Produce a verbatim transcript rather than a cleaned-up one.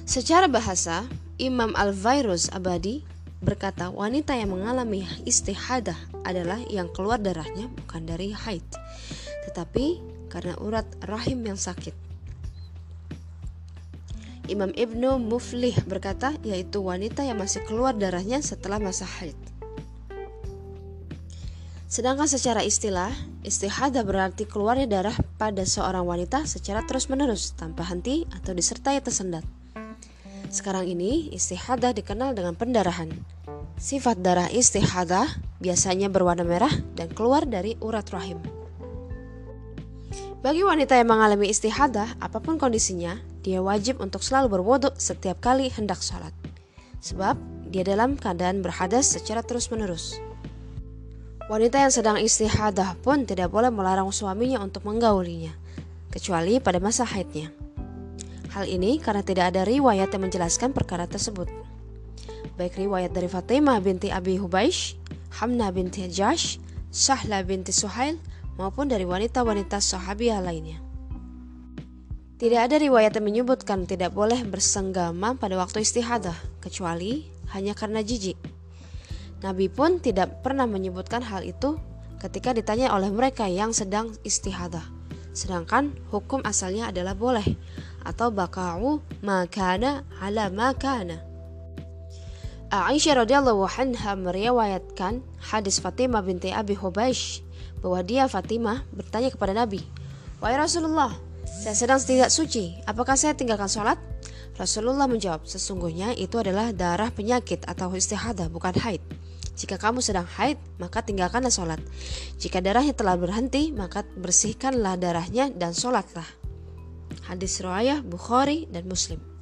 Secara bahasa, Imam Al-Fairuz Abadi berkata wanita yang mengalami istihadah adalah yang keluar darahnya bukan dari haid, tetapi karena urat rahim yang sakit. Imam Ibnu Muflih berkata yaitu wanita yang masih keluar darahnya setelah masa haid. Sedangkan secara istilah, istihadah berarti keluarnya darah pada seorang wanita secara terus-menerus tanpa henti atau disertai tersendat. Sekarang ini istihadah dikenal dengan pendarahan. Sifat darah istihadah biasanya berwarna merah dan keluar dari urat rahim. Bagi wanita yang mengalami istihadah, apapun kondisinya, dia wajib untuk selalu berwudu setiap kali hendak sholat. Sebab dia dalam keadaan berhadas secara terus-menerus. Wanita yang sedang istihadah pun tidak boleh melarang suaminya untuk menggaulinya, kecuali pada masa haidnya. Hal ini karena tidak ada riwayat yang menjelaskan perkara tersebut. Baik riwayat dari Fatimah binti Abi Hubaish, Hamna binti Jash, Sahla binti Suhail, maupun dari wanita-wanita sahabiah lainnya. Tidak ada riwayat yang menyebutkan tidak boleh bersenggama pada waktu istihadah, kecuali hanya karena jijik. Nabi pun tidak pernah menyebutkan hal itu ketika ditanya oleh mereka yang sedang istihadah. Sedangkan hukum asalnya adalah boleh atau baka'u makana ala makana. Aisyah radhiyallahu anha meriwayatkan hadis Fatimah binti Abi Hubaish bahwa dia Fatimah bertanya kepada Nabi, "Wahai Rasulullah, saya sedang tidak suci, apakah saya tinggalkan sholat?" Rasulullah menjawab, "Sesungguhnya itu adalah darah penyakit atau istihadah, bukan haid. Jika kamu sedang haid, maka tinggalkanlah sholat. Jika darahnya telah berhenti, maka bersihkanlah darahnya dan sholatlah." Hadis riwayat Bukhari dan Muslim.